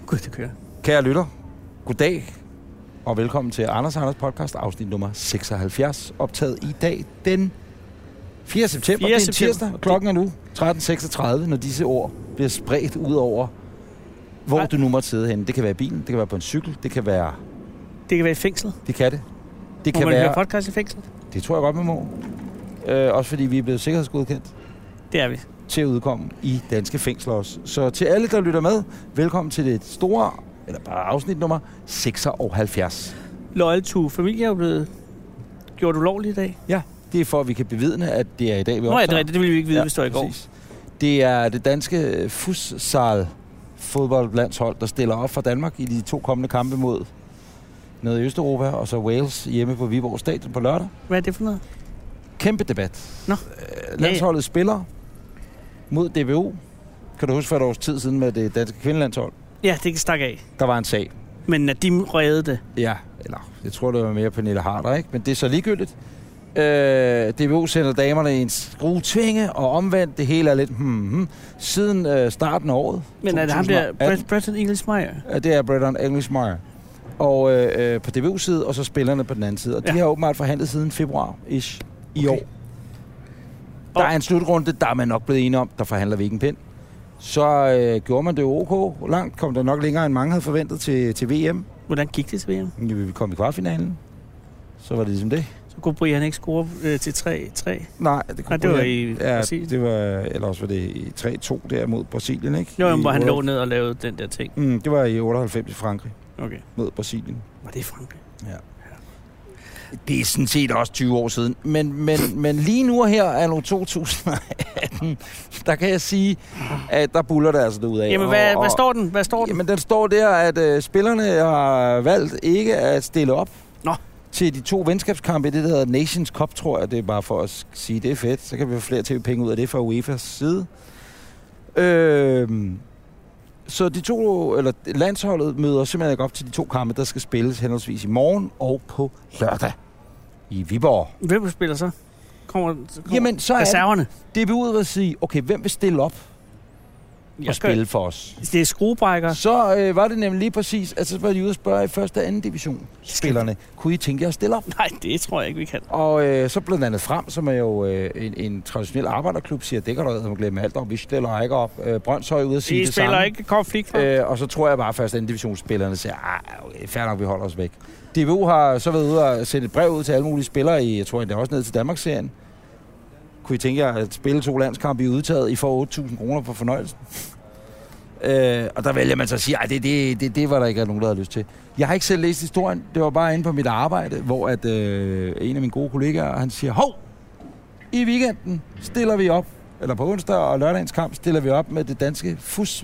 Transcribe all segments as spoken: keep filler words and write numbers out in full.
Gud, det kører. Kære lytter, goddag og velkommen til Anders Anders podcast, afsnit nummer seksoghalvfjerds, optaget i dag den fjerde september. fjerde Det er en tirsdag, og klokken er nu tretten seksogtredive, når disse ord bliver spredt ud over, hvor du nu måtte sidde henne. Det kan være i bilen, det kan være på en cykel, det kan være... Det kan være i fængsel. Det kan det. Det må kan man være... høre podcast i fængsel? Det tror jeg godt, man må. Øh, også fordi vi er blevet sikkerhedsgodkendt. Det er vi. Til at udkomme i danske fængsler også. Så til alle, der lytter med, velkommen til det store, eller bare afsnit nummer seksoghalvfjerds. Loyal to familie er jo blevet gjort ulovligt i dag. Ja, det er for, at vi kan bevidne, at det er i dag, vi optager. Nå ja, det er rigtigt. Det ville vi ikke vide, ja, hvis det var i går. Præcis. Det er det danske futsal fodboldlandshold, der stiller op for Danmark i de to kommende kampe mod noget i Østeuropa, og så Wales hjemme på Viborg Stadion på lørdag. Hvad er det for noget? Kæmpe debat. Nå. Landsholdet ja, ja. spiller mod D B U. Kan du huske for et års tid siden med det danske kvindelandshold? Ja, det stak af. Der var en sag. Men Nadim reddede det. Ja, eller jeg tror, det var mere Pernille Harder, ikke? Men det er så ligegyldigt. Øh, D B U sender damerne i en skruetvinge, og omvendt det hele er lidt hmm, hmm, siden øh, starten af året. Men er det ham der, Brett, Bretton English-Meyer? Ja, det er Bretton English-Meyer. Og øh, på D B U's side, og så spillerne på den anden side. Og ja. de har åbenbart forhandlet siden februar-ish i okay. år. Der er en slutrunde, der er man nok blevet enige om, der forhandler vi ikke en pind. Så øh, gjorde man det ok. Langt kom der nok længere, end mange havde forventet til, til V M. Hvordan gik det til V M? Ja, vi kom i kvartfinalen. Så var det ligesom det. Så kunne Brian ikke score øh, til tre tre? Nej, det, kunne Nej, det var i ja, Brasilien. det var, eller også var det i tre to der mod Brasilien, ikke? Jo, hvor han otte... lå ned og lavede den der ting. Mm, det var i otteoghalvfems i Frankrig. Okay. Mod Brasilien. Var det i Frankrig? Ja. Det er sådan set også tyve år siden. Men, men, men lige nu her er nu to tusind atten, der kan jeg sige, at der buller det altså derudad. Jamen, hvad, og, hvad står den? Hvad står den? Jamen, den står der, at øh, spillerne har valgt ikke at stille op Nå. til de to venskabskampe i det, der hedder Nations Cup, tror jeg. Det er bare for at sige, det er fedt. Så kan vi få flere T V-penge ud af det fra UEFA's side. Øh, så de to, eller landsholdet møder simpelthen ikke op til de to kampe, der skal spilles henholdsvis i morgen og på lørdag i Viborg. Hvem spiller så? Kommer, så kommer Jamen, så reserverne. Det, det er ud at sige, okay, hvem vil stille op og spille for os? Det er skruebrækker. Så øh, var det nemlig lige præcis, altså så var de ude at spørge i første og anden division spillerne, kunne I tænke jer at stille op? Nej, det tror jeg ikke, vi kan. Og øh, så blev andet frem, som er jo øh, en, en traditionel arbejderklub, siger, det kan du ikke glemme alt om, vi stiller ikke op. Øh, Brøndshøj ude at sige det det samme. Vi spiller ikke konflikt for. Øh, og så tror jeg bare, at første og anden divisionsspillerne siger, okay, fair nok, vi holder os væk. D B U har så været ude og sendt et brev ud til alle mulige spillere, i, jeg tror endda også ned til Danmarksserien. Kunne I tænke jer at spille to landskampe i udtaget, I får otte tusind kroner på fornøjelsen? Øh, og der vælger man så at sige, at det, det, det, det var der ikke nogen, der havde lyst til. Jeg har ikke selv læst historien. Det var bare inde på mit arbejde, hvor at, øh, en af mine gode kollegaer, han siger, hov, i weekenden stiller vi op, eller på onsdag og lørdagens kamp, stiller vi op med det danske fus...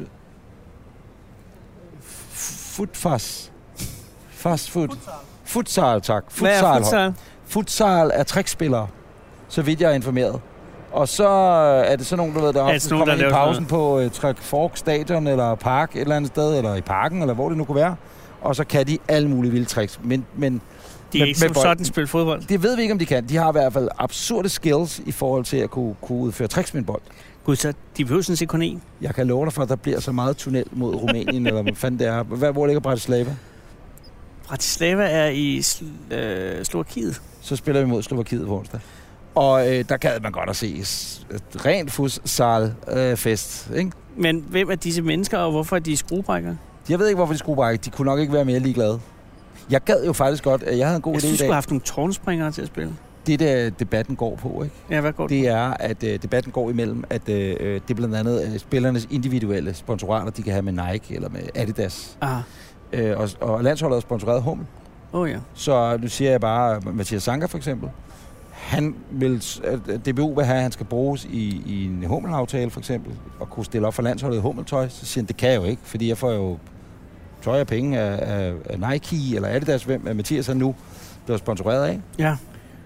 Futfas. Fast food. Futsal. Futsal, tak. Futsal. Hvad er futsal? Futsal er trickspillere, så vidt jeg er informeret. Og så er det sådan nogen, der ved, der ofte kommer i pausen på uh, Træk Fork Stadion eller Park et eller andet sted, eller i parken, eller hvor det nu kunne være. Og så kan de alle mulige vilde tricks. Men, men de er ikke som sådan spille fodbold. Det ved vi ikke, om de kan. De har i hvert fald absurde skills i forhold til at kunne, kunne udføre tricks med en bold. Gud, så de behøver sådan set kun én. Jeg kan love dig for, at der bliver så meget tunnel mod Rumænien, eller hvad fanden det er. Hvad, hvor ligger Bratislava? Bratislava er i sl- øh, Slovakiet. Så spiller vi mod Slovakiet på onsdag. Og øh, der gad man godt at se et rent futsal-fest, øh, ikke? Men hvem er disse mennesker, og hvorfor er de skruebrækker? Jeg ved ikke, hvorfor de skruebrækker. De kunne nok ikke være mere ligeglade. Jeg gad jo faktisk godt, at jeg havde en god jeg idé synes, i dag. Jeg skulle have haft nogle tårnspringere til at spille. Det, der debatten går på, ikke? Ja, hvad går det Det er, at øh, debatten går imellem, at øh, det er blandt andet øh, spillernes individuelle sponsorater, de kan have med Nike eller med Adidas. Aha. Øh, og, og landsholdet er sponsoreret Hummel. Åh oh, ja. Så nu siger jeg bare, Mathias Sanka for eksempel, han vil, D B U vil have, at han skal bruges i, i en Hummel-aftale for eksempel, og kunne stille op for landsholdet i Hummel-tøj. Så siger han, det kan jeg jo ikke, fordi jeg får jo tøj og penge af, af, af Nike eller Adidas, hvem Mathias han nu bliver sponsoreret af. Ja.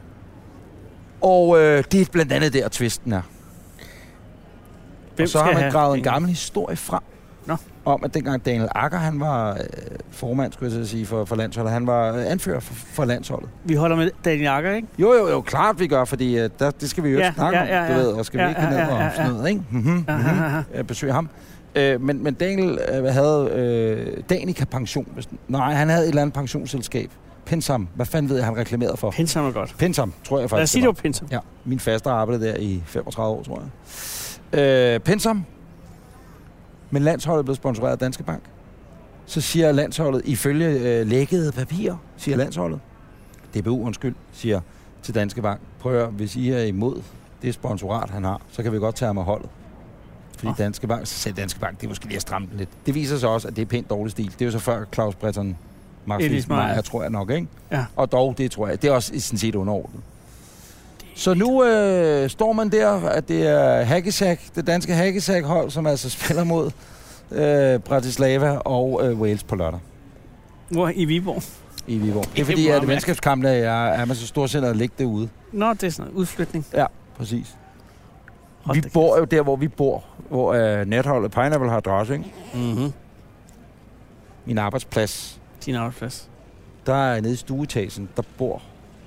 Og øh, det er blandt andet der, tvisten er. Hvem og så har man gravet en penge? gammel historie frem, Nå. om at dengang Daniel Akker, han var øh, formand, skulle jeg sige, for, for landsholdet. Han var øh, anfører for, for landsholdet. Vi holder med Daniel Akker, ikke? Jo, jo, jo, klart vi gør, fordi øh, der, det skal vi jo ja, snakke ja, ja, om, ja. du ved, og skal ja, vi ikke ja, ned ja, ja, og sådan noget, ikke? Mm-hmm, ja, mm-hmm. ja, ja. Jeg besøger ham. Øh, men, men Daniel øh, havde øh, Danica Pension. Hvis, nej, han havde et eller andet pensionsselskab. Pensam. Hvad fanden ved jeg, han reklamerede for? Pensam er godt. Pensam, tror jeg faktisk. Lad os sige, det var Pensam. Ja, min faster arbejdede der i femogtredive år, tror jeg. Øh, Pensam. Men landsholdet blev sponsoreret af Danske Bank. Så siger landsholdet, ifølge øh, lækkede papirer, siger landsholdet. D B U, undskyld, siger til Danske Bank. Prøv at høre, hvis I er imod det sponsorat, han har, så kan vi godt tage ham af holdet. Fordi oh. Danske Bank, så sagde Danske Bank, det er måske lige at stramme den lidt. Det viser sig også, at det er pænt dårlig stil. Det er jo så før Claus Breton, Max Wiesmeier, tror jeg nok, ikke? Ja. Og dog, det tror jeg, det er også sådan set underordnet. Så nu øh, står man der, at det er Hackesack, det danske Hackesack-hold, som altså spiller mod øh, Bratislava og øh, Wales på lørdag. Hvor? I Viborg? I Viborg. Det er fordi, at venskabskampene er, er man så storsindet at ligge derude. Nå, det er sådan en udflytning. Ja, præcis. Vi bor jo der, hvor vi bor, hvor øh, netholdet Pineapple har adresse, ikke? Mhm. Min arbejdsplads. Din arbejdsplads. Der er nede i stueetagen, der bor...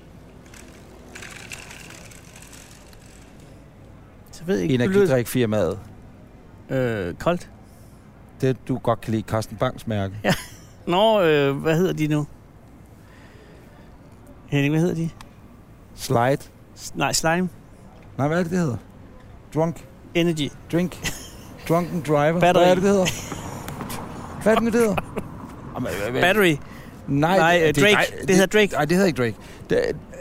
Så ved jeg ikke, energidrikfirmaet. Øh, koldt. Det, du godt kan lide, Carsten Bangs mærke. Ja. Nå, øh, hvad hedder de nu? Henning, hvad hedder de? Slide. S- nej, Slime. Nej, hvad er det, det hedder? Drunk. Energy. Drink. Drunken driver. Battery. Hvad er det, det hedder? Hvad er det, det hedder? Battery. Nej, nej det, Drake. Nej, det, det, det hedder Drake. Nej, det hedder ikke Drake. Det,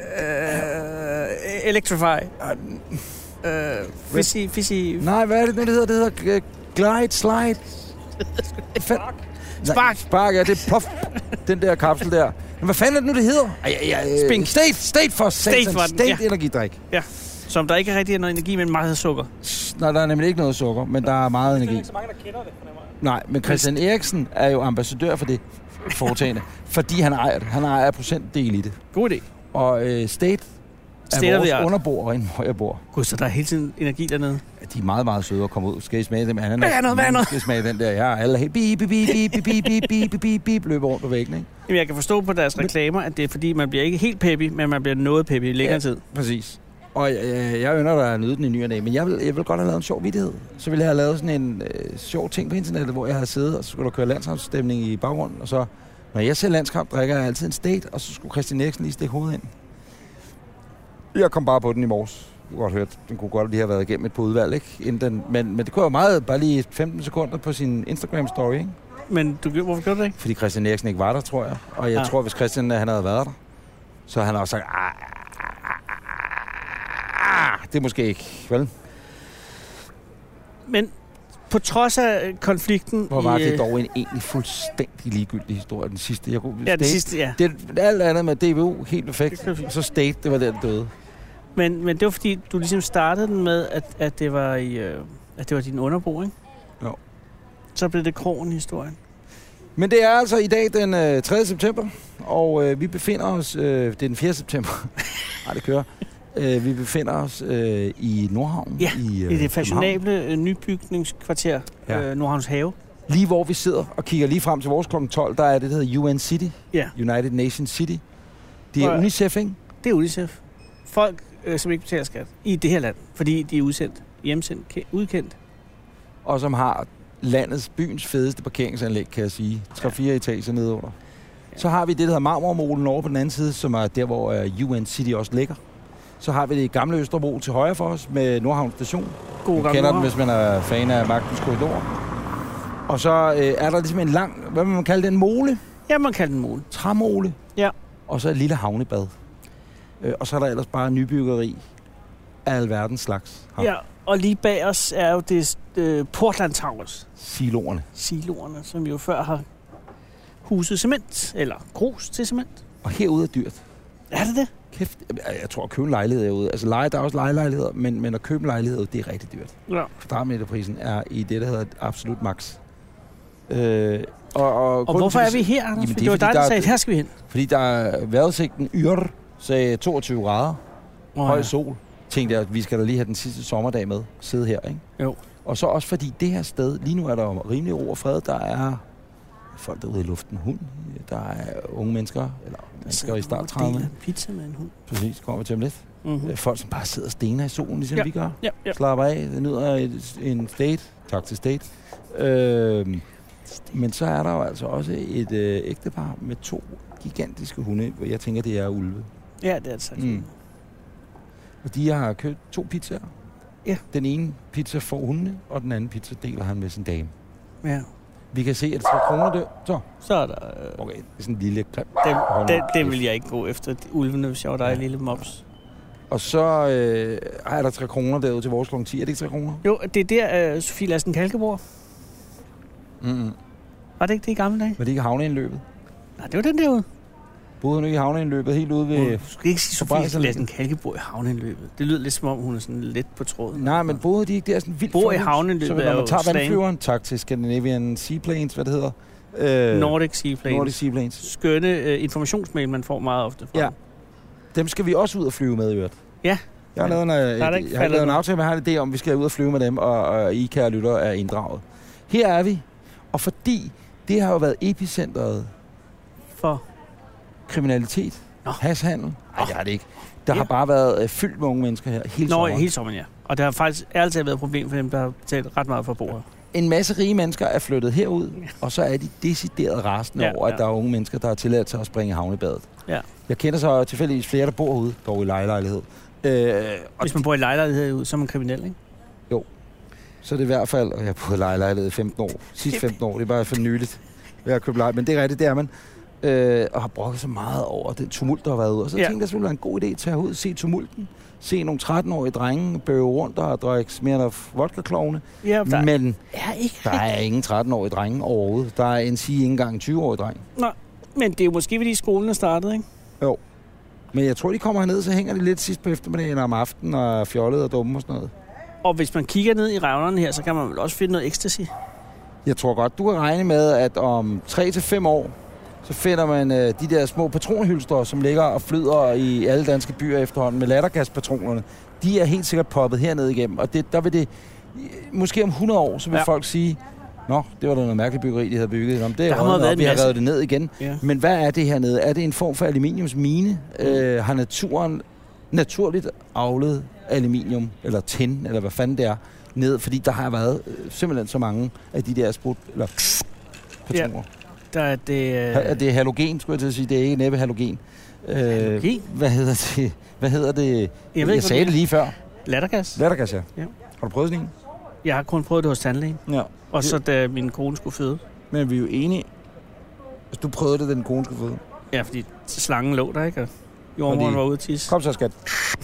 uh, Electrify. Uh, fizzy, fizzy. Nej, hvad er det, det hedder? Det hedder uh, Glide, Slide. Spark. Spark. Spark, ja, det er puff. Den der kapsel der. Men hvad fanden er det nu, det hedder? Ej, ja, ja, Spink. State, state for State satan. for den, State ja. energidrik. Ja. Som der ikke er rigtig noget energi, men meget sukker. Nej, der er nemlig ikke noget sukker, men der er meget energi. Der er ikke så mange, der kender det. Nej, men Christian Eriksen er jo ambassadør for det foretagende, fordi han ejer det. Han ejer procentdel i det. God idé. Og øh, State State er vores underbord inde, hvor jeg bor. Gud, så der er hele tiden energi dernede. Ja, de er meget, meget søde at komme ud. Skal I smage dem? Hvad er noget, hvad er noget? Skal I smage den der? Ja, alle er helt bip, bip, bip, bip, bip, bip, bip, bip, bip, bip, løber rundt på væggen, ikke? Jamen, jeg kan forstå på deres reklamer, at det er fordi, man bliver ikke helt peppy, men man bliver noget peppy i længere ja, tid. Præcis. Og jeg, jeg ønsker dig at nyde den i ny og næ, men jeg vil, jeg vil godt have lavet en sjov vittighed. Så ville jeg have lavet sådan en øh, sjov ting på internettet, hvor jeg har siddet, og så skulle der køre landskampsstemning i baggrunden, og så, når jeg ser landskamp, drikker jeg altid en State, og så skulle Christian Eriksen lige stikke hovedet ind. Jeg kom bare på den i morges. Du har godt hørt, den kunne godt lige have været igennem et på udvalg, ikke? Inden den, men, men det kunne jo meget, bare lige femten sekunder på sin Instagram-story, ikke? Men du, hvorfor gjorde du det ikke? Fordi Christian Eriksen ikke var der, tror jeg. Og jeg ah. tror, hvis Christian han havde været der, så han har også sagt, ah, det er måske ikke, vel? Men på trods af konflikten... Hvor var i, det dog en egentlig fuldstændig ligegyldig historie, den sidste. Jeg kunne, ja, den sidste, ja. Det, alt andet med D B U, helt perfekt. Og så State, det var der, den døde. Men, men det var fordi, du ligesom startede den med, at, at, det, var i, øh, at det var din underbo, ikke? Jo. Så blev det krogen historien. Men det er altså i dag den øh, tredje september, og øh, vi befinder os... Øh, det er den fjerde september. Nej, det kører. Øh, vi befinder os øh, i Nordhavn. Ja, i, øh, i det fashionable øh, nybygningskvarter, ja. øh, Nordhavns Have. Lige hvor vi sidder og kigger lige frem til vores klokken tolv, der er det, der hedder U N City. Ja. United Nations City. Det er og, UNICEF, ikke? Det er UNICEF. Folk, øh, som ikke betaler skat i det her land, fordi de er udsendt, hjemsendt, udkendt. Og som har landets, byens fedeste parkeringsanlæg, kan jeg sige. tre-fire ja. etager nedenunder. Ja. Så har vi det, der hedder Marmormolen over på den anden side, som er der, hvor uh, U N City også ligger. Så har vi det gamle Østerbro til højre for os med Nordhavn Station. God gamle kender den, hvis man er fan af Magtens Korridor. Og så øh, er der ligesom en lang, hvad vil man kalde det, en mole? Ja, man kalder den mole. Træmole. Ja. Og så et lille havnebad. Øh, og så er der ellers bare nybyggeri af alverdens slags. Her. Ja, og lige bag os er jo det øh, Portland Towers. Siloerne. Siloerne, som jo før har huset cement, eller grus til cement. Og herude er dyrt. Er det det? Kæft, jeg tror at købe en lejlighed herude. Altså leje, der er også lejelejligheder, men, men at købe en lejlighed, det er rigtig dyrt. Ja. Kvadratmeterprisen er i det, der hedder absolut max. Øh, og, og, og hvorfor er vi her, Anders? Jamen, det, det var dig, der sagde, her skal vi hen. Fordi der er vejrudsigten yr, sagde toogtyve grader, oh, høj ja. sol. Tænkte jeg, at vi skal da lige have den sidste sommerdag med, sidde her, ikke? Jo. Og så også fordi det her sted, lige nu er der rimelig ro og fred, der er folk derude i luften, hund, der er unge mennesker, eller mennesker i start trediverne. Pizza med en hund. Præcis, kommer vi til om lidt. Mm-hmm. Folk, som bare sidder og stener i solen, ligesom ja. vi gør. Ja, ja. Slapper af, nyder et, en state. Tak til state. Øh, men så er der jo altså også et øh, ægtepar med to gigantiske hunde, hvor jeg tænker, det er ulve. Ja, det er det sagt. Mm. Og de har købt to pizzaer. Ja. Den ene pizza får hundene, og den anden pizza deler han med sin dame. Ja. Vi kan se, at tre kroner dør. Så. Så er der... Øh... Okay, det er sådan en lille grim. Den, den, den vil jeg ikke gå efter, ulvene, hvis jeg var dig, ja. Lille mops. Og så øh, er der tre kroner derude til vores klokken ti. Er det ikke tre kroner? Jo, det er der, øh, Sofie Lassen Kalke bor. Mm-hmm. Var det ikke det i gamle dage? Var det ikke havneindløbet? Nej, det var den derude. Boede hun ikke i havneindløbet helt ude ved... Du skal ikke sige Sofie Lassen Kalke bor i havneindløbet. Det lyder lidt som om, hun er sådan lidt på tråden. Nej, men boede de ikke der sådan vildt... Bor i havneindløbet så når man tager vandflyveren, tak til Scandinavian Seaplanes, hvad det hedder. Øh, Nordic Seaplanes. Nordic Seaplanes. Skønne øh, informationsmail, man får meget ofte fra. Ja. Dem skal vi også ud og flyve med, i øvrigt. Ja. Jeg har lavet en, jeg, jeg har lavet en aftale med, at jeg har en idé om, at vi skal ud og flyve med dem, og, og I, kære lytter, er inddraget. Her er vi, og fordi det har jo været epicentret for kriminalitet, Nå. hashhandel. Nej, det har det ikke. Der ja. har bare været øh, fyldt med unge mennesker her hele Nå, sommeren. Nå, hele sommeren, ja. Og det har faktisk altid været et problem for dem, der har betalt ret meget for bordet. En masse rige mennesker er flyttet herud, ja. Og så er de decideret rasende ja, over, at ja. der er unge mennesker, der har tilladt sig at springe i havnebadet. Ja. Jeg kender så tilfældigvis flere, der bor ude, dog i lejelejlighed. Øh, Hvis man bor i lejlighed ude, så er man kriminel, ikke? Jo. Så er det i hvert fald, og jeg har boet i lejelejlighed i femten år. Sidst femten år, det er bare for nyligt. Jeg har købt leje, men det er rigtigt, det er man. Øh, og har brokket så meget over den tumult, der har været ude. Og så ja. tænkte jeg, det ville være en god idé at tage ud, se tumulten. Se nogle tretten-årige drenge bøve rundt og drikke mere af vodka-klovne. Ja, der men er, ikke der er ingen tretten-årige drenge overhovedet. Der er en sige ikke engang en tyve-årig dreng. Nå, men det er jo måske, fordi skolen er startet, ikke? Jo. Men jeg tror, de kommer herned, så hænger de lidt sidst på eftermiddagen om aftenen og er fjollet og dumme og sådan noget. Og hvis man kigger ned i revnerne her, så kan man vel også finde noget ecstasy? Jeg tror godt, du kan regne med, at om tre til fem år, så finder man øh, de der små patronhylstre, som ligger og flyder i alle danske byer efterhånden med lattergaspatronerne. De er helt sikkert poppet hernede igennem, og det, der vil det, måske om hundrede år, så vil ja. folk sige, nå, det var da noget mærkeligt byggeri, de havde bygget. Nå, det er rødnet op, vi har revet det ned igen. Ja. Men hvad er det hernede? Er det en form for aluminiumsmine? Mm. Øh, har naturen naturligt avlet aluminium, eller tin, eller hvad fanden det er, ned? Fordi der har været øh, simpelthen så mange af de der sprut, eller patroner. Ja. Der er det... Øh... Er det halogen, skulle jeg til at sige. Det er ikke næppe halogen. Halogen? Øh, hvad hedder det? Hvad hedder det? Jeg, jeg ikke, sagde det, det lige før. Lattergas. Lattergas, ja. ja. Har du prøvet sådan en? Jeg har kun prøvet det hos tandlægen. Ja. Og så da min kone skulle føde. Men vi er jo enige. Hvis du prøvede det, da din kone skulle føde. Ja, fordi slangen lå der, ikke? Og jordmoren var ude til tisse. Kom så, skat.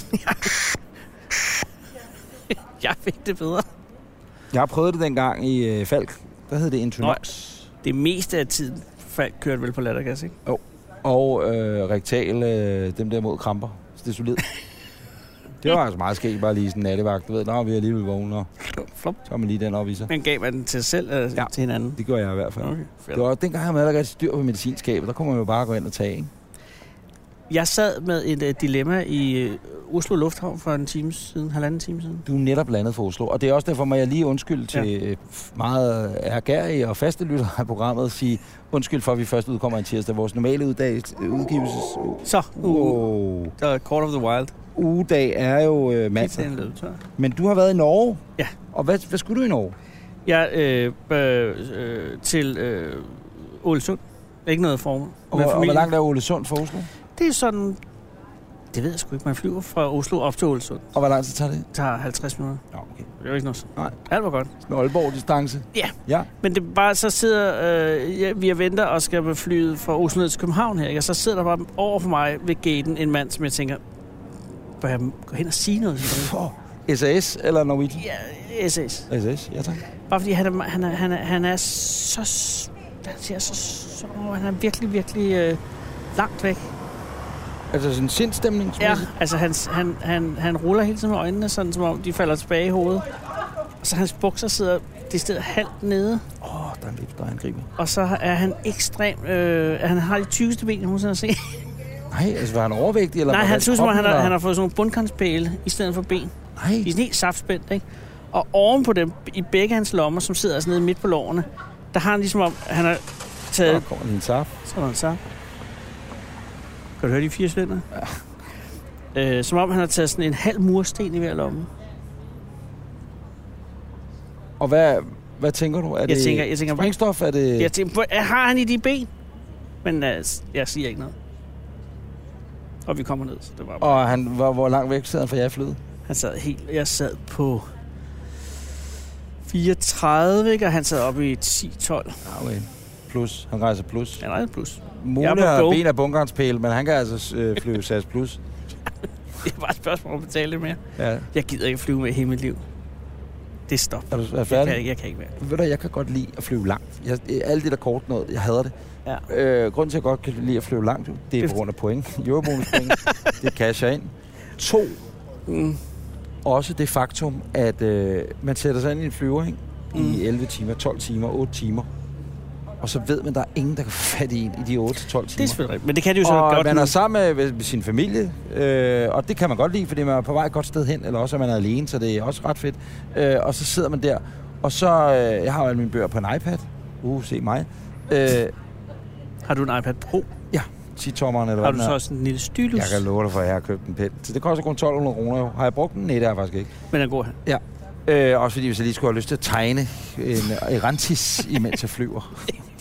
Jeg fik det bedre. Jeg har prøvet det dengang i øh, Falk. Hvad hed det? Intonox. Det meste af tiden Falk kørte vel på lattergas, ikke? Jo. Og øh, rektal, øh, dem der mod kramper. Så det er solidt. Det var altså meget skægt, bare lige sådan en nattevagt. Du ved, nå, vi er alligevel vågne, og så har man lige den op i sig. Men gav man den til sig selv eller ja, til hinanden? Det gør jeg i hvert fald. Okay, det var dengang, jeg havde rigtig styr på medicinskabet. Der kunne man jo bare gå ind og tage, ikke? Jeg sad med et uh, dilemma i uh, Oslo Lufthavn for en time siden, halvanden time siden. Du er netop landet for Oslo, og det er også derfor, må jeg lige undskylde til ja. meget ærgerrige og faste lytter af programmet og sige undskyld for, at vi først udkommer en tirsdag. Vores normale uddag, udgivelses... Så, uh, oh. der er Court of the Wild. Ugedag er jo øh, mandag. Men du har været i Norge? Ja. Og hvad, hvad skulle du i Norge? Jeg øh, øh, øh, til øh, Ålesund. Ikke noget formål. Og, og hvor langt er Ålesund fra Oslo? Det er sådan... Det ved jeg sgu ikke. Man flyver fra Oslo op til Ålesund. Og hvor lang tid tager det? Det tager halvtreds minutter. Ja, okay. Det er jo ikke noget. Nej. Alt var godt. Sådan en Aalborg-distance? Ja. ja. Men det er bare, så sidder øh, ja, vi og venter og skal med flyet fra Oslo ned til København her. Og så sidder der bare over for mig ved gaten en mand, som jeg tænker, bør jeg gå hen og sige noget? For S A S eller Norwegian? Ja, S A S. S A S, ja tak. Bare fordi han er, han er, han er, han er så... Han siger så, så... Han er virkelig, virkelig øh, langt væk. Altså sådan en sindstemning? Ja, altså han, han, han, han ruller hele tiden med øjnene, sådan som om de falder tilbage i hovedet. Og så hans bukser sidder det stedet halvt nede. Åh, oh, der er en lips, der er angriber. Og så er han ekstrem... Øh, han har de tykkeste ben, jeg nogensinde har set. Nej, altså var han overvægtig? Eller Nej, han synes, at han, eller? han har fået sådan nogle bundkantspæle i stedet for ben. Nej. De er sådan helt saftspændt, ikke? Og oven på dem, i begge hans lommer, som sidder sådan nede midt på lårene, der har han ligesom om, han har taget... Der kommer en saft. Så er der en saft. Kan du høre de fire svinder? Øh, som om han har taget sådan en halv mursten i hver lomme. Og hvad, hvad tænker du? Er Jeg det tænker- jeg tænker- sprængstof? Er det... Jeg tænker, hvor- har han i de ben? Men uh, jeg siger ikke noget. Og vi kommer ned, så det var bare... Og han, hvor, hvor langt væk sidder han fra jagerflyet? Han sad helt... Jeg sad på fireogtredive, ikke? Og han sad oppe i ti tolv. Okay. Plus. Han rejser plus. Han er et plus. Mole Jeg er på har go. ben af bunkerens men han kan altså øh, flyve S A S plus. Det er bare et spørgsmål om at betale lidt mere. Ja. Jeg gider ikke flyve med hele mit liv. Det stopper. Er du er Jeg færdig? kan, ikke- jeg kan ikke mere. Ved du, jeg kan godt lide at flyve langt. Jeg, alle de der kort noget, jeg hader det. Ja. Øh, grunden til, at jeg godt kan lide at flyve langt, det er Det- på grund af point. Eurobonuspoint, det casher ind. To, Mm. også det faktum, at øh, man sætter sig ind i en flyver, ikke? Mm. I elleve timer, tolv timer, otte timer. Og så ved man, at der er ingen, der kan få fat i en i de otte til tolv timer. Det er selvfølgelig rigtigt. Men det kan de jo så og godt man nu. er sammen med, med sin familie, øh, og det kan man godt lide, fordi man er på vej et godt sted hen, eller også er man alene, så det er også ret fedt. Øh, og så sidder man der, og så, øh, jeg har jo alle mine bøger på en iPad. Uh, se mig. Øh, Har du en iPad Pro? ti-tommeren, eller Har hvad du den så er. også en lille stylus? Jeg kan love dig for, at jeg har købt en pen. Så det koster kun tolv hundrede kroner jo. Har jeg brugt den? Nej, det har jeg faktisk ikke. Men den er god her. Øh, også fordi, hvis jeg lige skulle have lyst til at tegne en erantis, imens jeg flyver.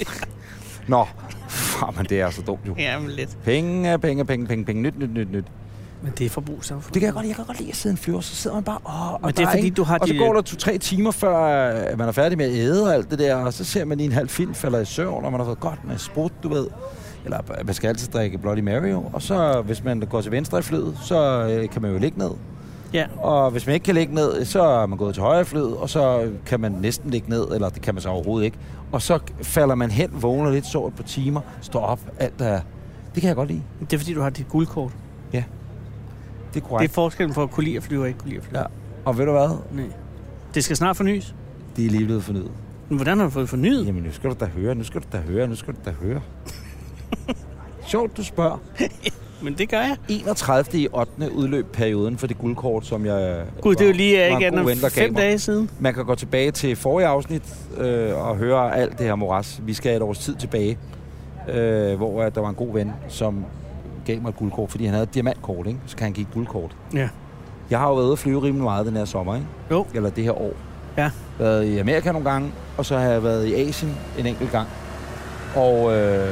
Nå, far, men det er så dumt jo. Ja, men lidt. Penge, penge, penge, penge, penge, nyt, nyt, nyt, nyt. Men det er forbrugssamfund. Det kan jeg godt lide. Jeg kan godt lide at sidde i en flyver, så sidder man bare... Åh, og Men det der er fordi, ingen- du har Og så de- går der to-tre timer, før øh, man er færdig med at æde og alt det der, og så ser man lige en halv film, falder i søvn, og man har fået godt med sprut, du ved. Eller man skal altid drikke Bloody Mary, jo. Og så, hvis man går til venstre i flyet, så øh, kan man jo ligge ned. Ja. Og hvis man ikke kan ligge ned, så er man gået til højre i flyet, og så kan man næsten ligge ned, eller det kan man så overhovedet ikke. Og så falder man hen, vågner lidt, sover et par timer, står op, alt der. Det kan jeg godt lide. Det er fordi, du har dit guldkort. Det er Det er korrekt. forskellen for at kunne lide at flyve og ikke kunne lide at flyve. Ja. Og ved du hvad? Nej. Det skal snart fornyes. Det er lige blevet fornyet. Men hvordan har du fået fornyet? Jamen, nu skal du da høre, nu skal du da høre, nu skal du da høre. Sjovt, du spørger. Men det gør jeg. enogtredivte i ottende udløb perioden for det guldkort, som jeg... Gud, det er jo lige var ikke en andet god end ven, der gav fem mig. dage siden. Man kan gå tilbage til forrige afsnit øh, og høre alt det her moras. Vi skal et års tid tilbage, øh, hvor at der var en god ven, som gav mig et guldkort, fordi han havde et diamantkort, ikke? Så kan han give et guldkort. Ja. Jeg har jo været ude at flyve rimelig meget den her sommer, ikke? Jo. Eller det her år. Ja. Været i Amerika nogle gange, og så har jeg været i Asien en enkelt gang. Og øh,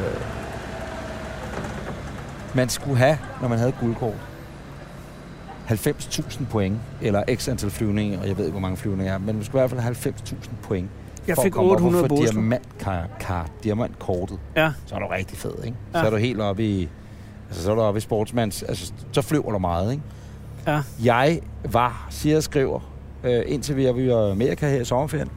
man skulle have, når man havde et guldkort, halvfems tusind point, eller x antal flyvninger, og jeg ved ikke, hvor mange flyvninger er, men man skulle i hvert fald have halvfems tusind point. Jeg for fik at komme op otte hundrede og få Bostrup. diamantkart, diamantkortet. Ja. Så er du rigtig fed, ikke? Ja. Så er du helt oppe i... Altså, så er du oppe i sportsmands... Altså, så flyver du meget, ikke? Ja. Jeg var, siger jeg skriver, øh, indtil vi er i Amerika her i sommerferien,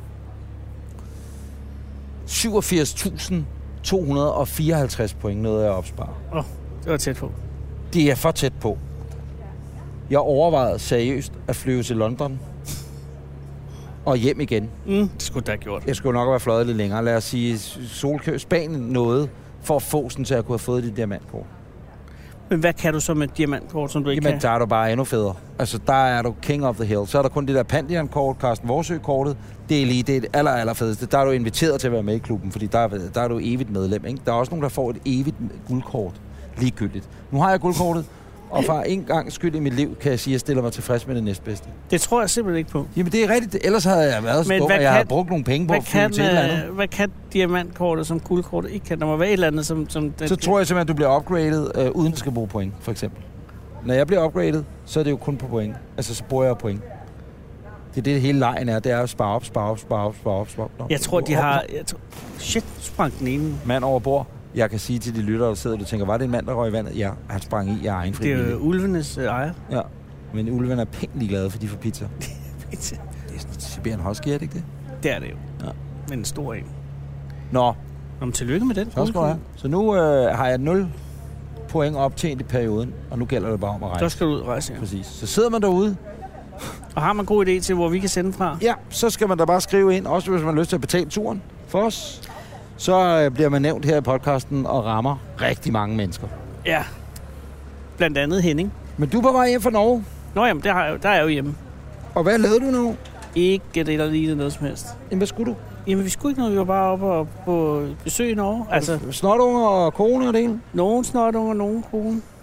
syvogfirs tusind to hundrede og fireoghalvtreds point nåede jeg at opspare. Åh, oh, det var tæt på. Det er for tæt på. Jeg overvejede seriøst at flyve til London og hjem igen. Mm, det skulle du da have gjort. Jeg skulle nok være fløjet lidt længere. Lad os sige, Solkø, Spanien nåede for at få sådan, til at kunne have fået dit diamantkort. Men hvad kan du så med et diamantkort, som du ikke Jamen, kan? der er du bare endnu federe. Altså, der er du king of the hill. Så er der kun det der Pandian-kort, Carsten Vorsø-kortet. Det er lige det aller, aller fedeste. Der er du inviteret til at være med i klubben, fordi der er, der er du evigt medlem. Ikke? Der er også nogen, der får et evigt guldkort. Ligegyldigt. Nu har jeg guldkortet, og for en gang skyld i mit liv, kan jeg sige, at jeg stiller mig tilfreds med det næstbedste. Det tror jeg simpelthen ikke på. Jamen, det er rigtigt. Ellers havde jeg været så Men dum, hvad at jeg kan- havde brugt nogle penge på Hvad at flyve kan, til et eller andet. øh, hvad kan diamantkortet, som guldkortet ikke kan? Der må være et eller andet, som... som Så tror jeg simpelthen, at du bliver upgradet, øh, uden at skal bruge point, for eksempel. Når jeg bliver upgradet, så er det jo kun på point. Altså, så bruger jeg point. Det er det, hele lejen er. Det er at spare op, spare op, spare op, spare op, spare op. Nå, Jeg tror, de op, har... op. Jeg tror, shit, sprang den ene. Mand over bord. Jeg kan sige til de lyttere, der sidder og tænker, var det en mand, der røg i vandet? Ja, han sprang i. Jeg er egen Det er frivillig. jo ulvenes øh, ejer. Ja, men ulven er pænt ligeglade, for de får pizza. Det er sådan et Siberian Husky, er det ikke det? Det er det jo. Ja. Men en stor en. Nå, Nå, men tillykke med den. så skal du have. Så nu øh, har jeg nul point optjent i perioden, og nu gælder det bare om at rejse. Så skal du ud og rejse, ja. Præcis. Så sidder man derude. Og har man god idé til, hvor vi kan sende fra? Ja, så skal man da bare skrive ind, også hvis man har lyst til at betale turen for os. Så øh, bliver man nævnt her i podcasten og rammer rigtig mange mennesker. Ja. Blandt andet Henning. Men du er på vej hjem fra Norge. Nå jamen, der, har jeg, jo- der er jeg jo hjemme. Og hvad lavede du nu? Ikke det, der lignede noget som helst. Jamen, hvad skulle du? Jamen, vi skulle ikke noget. Vi var bare oppe og på besøg i Norge. Altså, Snotunger og kone og det hele? nogen snotunger, nogen kone.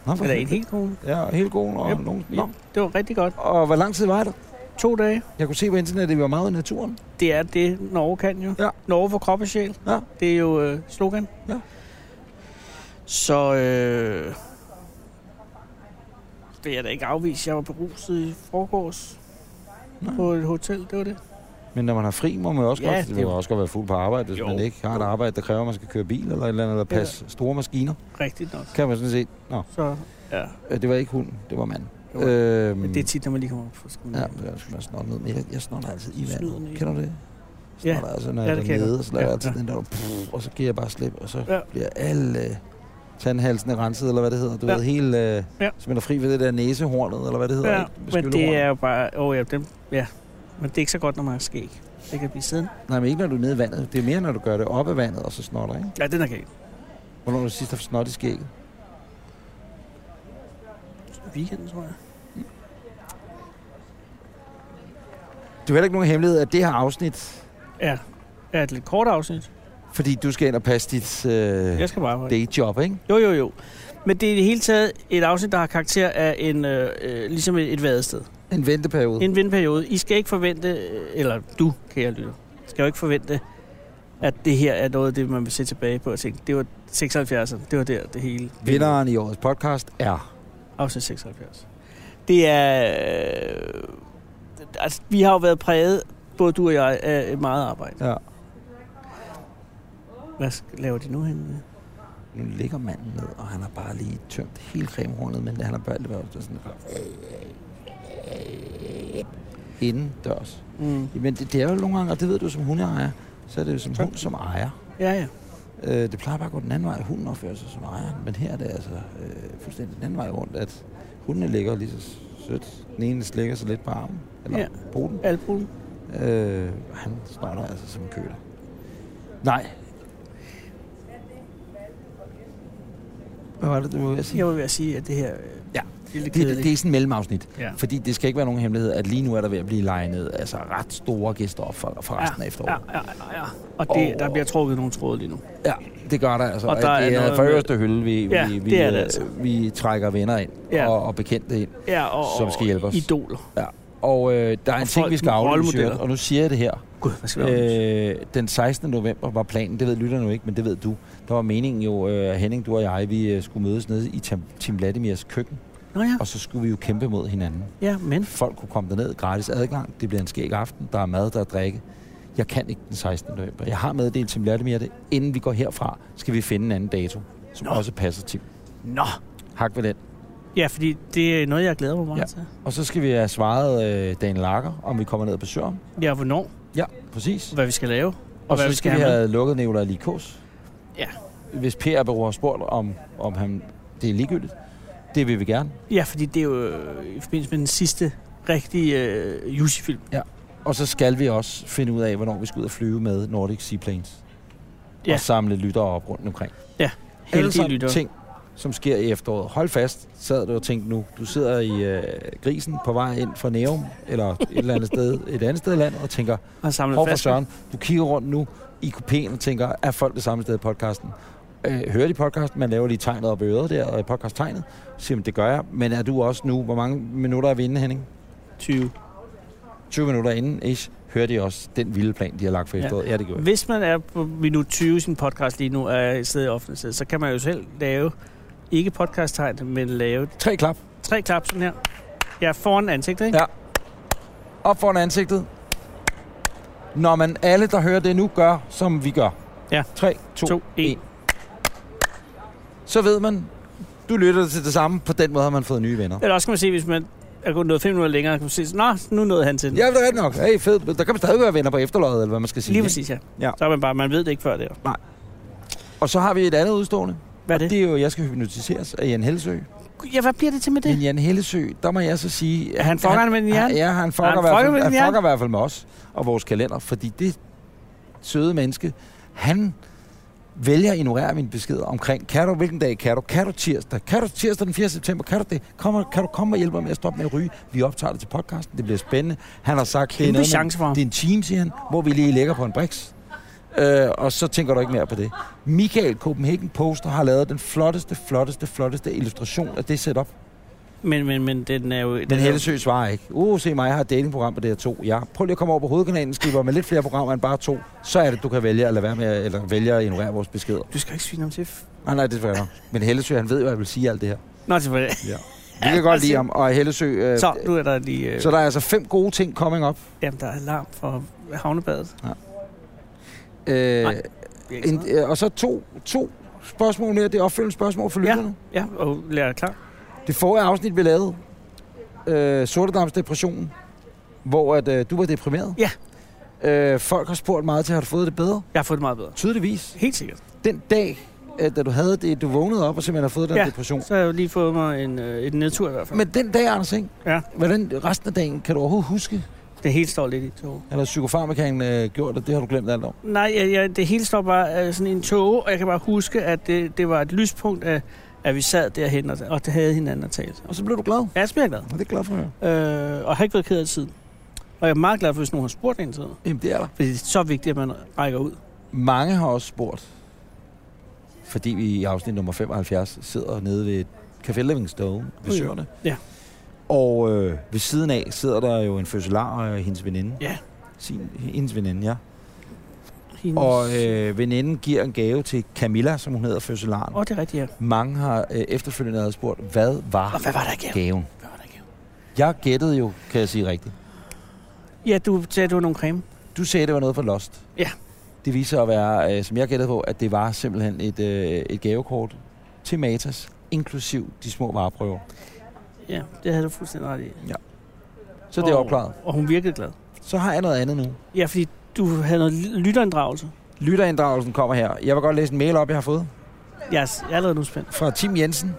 Nå, Eller en hel krone. Ja, helt god. Og Yep. nogen... Ja, det var rigtig godt. Og hvor lang tid var det? To dage. Jeg kunne se på internettet, at vi var meget i naturen. Det er det, Norge kan jo. Ja. Norge for krop og sjæl. Ja. Det er jo øh, slogan. Ja. Så øh, det er jeg da ikke afvist. Jeg var beruset i forgårs på et hotel. Det var det. Men når man har fri, må man også Ja, godt... Det det- må også godt være fuld på arbejde, hvis Jo. man ikke har et arbejde, der kræver, at man skal køre bil eller et eller andet, eller passe store maskiner. Rigtigt nok. Kan man sådan set... Nå, Så ja. øh, det var ikke hunden, det var manden. Jo. Øhm, Men det er tit, når man lige kommer op. Så Ja, det skal man snotte ned. Men jeg, jeg snotter altid i Snyder vandet. ned. Kender du det? Ja. Snotter altså, når Ja, jeg det er kan jeg nede, godt. og så laver Ja, jeg altid ja. den der, pff, og så giver jeg bare slip, og så Ja. bliver alle øh, tandhalsene renset, eller hvad det hedder. Du Ja. ved, helt, øh, Ja. så man er fri ved det der næsehornet, eller hvad det hedder. Ja, ikke? men Beskytterhorn. det er jo bare... Åh oh, ja, dem, ja, men det er ikke så godt, når man har skæg. Det kan blive siden. Nej, men ikke når du er nede i vandet. Det er mere, når du gør det op af vandet, og så snotter, ikke? Ja, den er galt. Hvornår har du sidst haft snot i skægget? Weekenden, tror jeg. Det er heller ikke nogen hemmelighed, at det her afsnit, Ja, er et lidt kort afsnit. fordi du skal ind og passe dit øh, Jeg skal bare arbejde. dayjob, ikke? Jo, jo, jo. Men det er i det hele taget et afsnit, der har karakter af en, øh, øh, ligesom et, et vadested. En venteperiode. En vindperiode. I skal ikke forvente, øh, eller du, kære lytter, skal jo ikke forvente, at det her er noget af det, man vil se tilbage på og tænke, det var seksoghalvfjerdserne, det var der, det hele. Vinderen i årets podcast er... Afsnit seksoghalvfjerds. Det er... Øh, altså, vi har jo været præget, både du og jeg, af meget arbejde. Ja. Hvad skal- laver de nu henne? Nu ligger manden ned, og han har bare lige tømt hele cremehornet, men han har bare lige været sådan indendørs. Mm. Men det, det er jo nogle gange, og det ved du som hundeejer, så er det jo som hund som ejer. Ja, ja. Øh, det plejer bare at gå den anden vej, hunden opfører sig som ejeren, men her er det altså øh, fuldstændig den anden vej rundt, at hundene ligger lige så sødt. Den ene slikker sig lidt på armen, eller Ja. poten. Albuen. Øh, han snotter altså som en køler. Nej. Hvad var det, du var ved at sige? Jeg var ved at sige, at det her... øh, Ja. Det er lidt Det, det, kedeligt. det er sådan en mellemafsnit. Ja. Fordi det skal ikke være nogen hemmelighed, at lige nu er der ved at blive legnet altså ret store gæster op for, for resten af efteråret. Ja, ja, ja, ja. Og det, Og- der bliver trukket nogle tråde lige nu. Ja, det gør der altså. Og Og der der er det er noget for med- øverste hylde, vi, Ja, vi, vi, det er det øh, altså. vi trækker venner ind Ja. og, og bekendte ind, Ja, og, som skal hjælpe os. Idoler. Ja. Og øh, der er en Og ting, folk vi skal med aflyse, rollemodeller. og nu siger jeg det her. Gud, hvad skal vi øh, Øh, den sekstende november var planen, det ved lytterne jo ikke, men det ved du. Der var meningen jo, øh, Henning, du og jeg, vi øh, skulle mødes nede i Tim, Tim Vladimirs køkken, Nå ja, og så skulle vi jo kæmpe mod hinanden. ja, men... Folk kunne komme derned, gratis adgang, det bliver en skæg aften, der er mad, der er drikke. Jeg kan ikke den sekstende november. Jeg har meddelt Tim Vladimir det. Inden vi går herfra, skal vi finde en anden dato, som Nå. også passer Tim. Nå! Hak ved den. Ja, fordi det er noget, jeg glæder mig meget Ja. til. Og så skal vi have svaret øh, Daniel Lager, om vi kommer ned og besøger ham. Ja, hvornår? Ja, præcis. Hvad vi skal lave? Og, Og hvad så vi skal skal vi have med. have lukket Nicolai Likos. Ja. Hvis Per Bureau har spurgt, om, om han, det er ligegyldigt. Det vil vi gerne. Ja, fordi det er jo øh, i forbindelse med den sidste rigtige øh, Jussi-film. Og så skal vi også finde ud af, hvornår vi skal ud og flyve med Nordic Seaplanes. Ja. Og samle lyttere op rundt omkring. Ja, Alle heldige sammen lyttere. ting, som sker i efteråret. Hold fast, sad du og tænkte nu. Du sidder i øh, grisen på vej ind fra Nærum, eller et eller andet sted, et andet sted i landet, og tænker, Og samlet hov for fast. søren, du kigger rundt nu i kupéen og tænker, er folk det samme sted i podcasten? Øh, hører de podcasten? Man laver lige tegnet op i øret der, og i podcast-tegnet. Så siger man, det gør jeg. Men er du også nu, hvor mange minutter er vi inde, Henning? tyve. tyve minutter inden, ish, hører de også den vilde plan, de har lagt for efteråret. Ja, ja det gør jeg. Hvis man er på minut tyve i sin podcast lige nu, er et sted i offentlighed, så kan man jo selv lave, ikke podcast-tegn, men lave Tre klap. tre klap sådan her. Ja, foran ansigtet, ikke? Ja. Op foran ansigtet. Når man alle, der hører det nu, gør, som vi gør. Ja. tre, to, To, en. en. Så ved man, du lytter til det samme. På den måde har man fået nye venner. Eller også kan man se, hvis man er gået noget fem minutter længere, kan man se, nå, nu nåede han til den. Ja, det er ret nok. Hey, fedt. Der kan man stadig være venner på efterløjet, eller hvad man skal sige. Lige ikke? præcis, ja. Ja. Så er man bare, man ved det ikke før det. Og så har vi et andet udstående. Hvad er det? Det er jo, jeg skal hypnotiseres af Jan Hellesø. Ja, hvad bliver det til med det? Men Jan Hellesø, der må jeg så sige... Er han fuckeren med din hjerne? Ja, han fucker, han i hvert fucker fald, med din han hjerne? fucker i hvert fald med os og vores kalender, fordi det søde menneske, han vælger at ignorere mine beskeder omkring, kan du, hvilken dag kan du? Kan du tirsdag? Kan du tirsdag den fjerde september? Kan du det? Kom, kan du komme og hjælpe mig med at stoppe med at ryge? Vi optager det til podcasten, det bliver spændende. Han har sagt, det er, Kæmpe noget, chance for ham. det er en team, siger han, hvor vi lige lægger på en briks. Øh, og så tænker du ikke mere på det. Michael Copenhagen Poster har lavet den flotteste, flotteste, flotteste illustration af det setup. Men, men, men den er jo... Den Hellesø svarer ikke. Uh, se mig, jeg har et datingprogram på D R to. Ja, prøv lige at komme over på hovedkanalen, skriver med lidt flere programmer end bare to. Så er det, du kan vælge at lade være med, eller vælge at ignorere vores beskeder. Du skal ikke svine ham til. Nej, nej, det er nok. Men Hellesø, han ved jo, at jeg vil sige alt det her. Nå, selvfølgelig. Ja. Vi kan godt lide ham, og Hellesø... Øh, så, nu er der lige... Øh, så der er altså fem gode ting coming up. Jamen, der er alarm for havnebadet. Ja. Øh, nej, en, øh, og så to, to spørgsmål mere. Det er opfølgende spørgsmål for lytterne. Ja, ja, og lær klar. Det forrige afsnit, vi lavede, øh, Sortedamsdepressionen, hvor at, øh, du var deprimeret. Ja. Øh, folk har spurgt meget til, har du fået det bedre? Jeg har fået det meget bedre. Tydeligvis. Helt sikkert. Den dag, øh, da du havde det, du vågnede op og simpelthen har fået den ja, depression. så har jeg jo lige fået mig en, øh, et nedtur i hvert fald. Men den dag, Anders, ikke? Ja. Hvordan resten af dagen, kan du overhovedet huske? Det hele står lidt i tog. Eller psykofarmakanen øh, gjort det, det har du glemt alt om? Nej, jeg, jeg, det hele står bare øh, sådan i en tog, og jeg kan bare huske, at det, det var et lyspunkt, at, at vi sad derhen og, og det havde hinanden at tale. Og så blev du glad? Ja, jeg bliver glad. Og det er glad for at høre. Øh, og har ikke været ked af tiden. Og jeg er meget glad for, hvis nogen har spurgt en tid. Jamen, det er der. Fordi det er så vigtigt, at man rækker ud. Mange har også spurgt, fordi vi i afsnit nummer femoghalvfjerds sidder nede ved Café Livingstone ved uh, Søerne. Ja. Og øh, ved siden af sidder der jo en fødselar og hendes veninde. Ja. Sin, hendes veninde, ja. Hendes... Og øh, veninden giver en gave til Camilla, som hun hedder, fødselaren. Åh, oh, det er rigtigt, ja. Mange har øh, efterfølgende havde spurgt, hvad var, og hvad var der i gaven? gaven? Hvad var der i gaven? Jeg gættede jo, kan jeg sige rigtigt. Ja, du sagde, du var nogle creme. Du sagde, det var noget for Lost. Ja. Det viser at være, øh, som jeg gættede på, at det var simpelthen et, øh, et gavekort til Matas, inklusiv de små vareprøver. Ja, det havde du fuldstændig ret i. Ja. Så det er opklaret. Og hun virkede glad. Så har jeg noget andet nu. Ja, fordi du havde noget lytterinddragelse. Lytterinddragelsen kommer her. Jeg vil godt læse en mail op, jeg har fået. Jeg er allerede nu spændt. Fra Tim Jensen.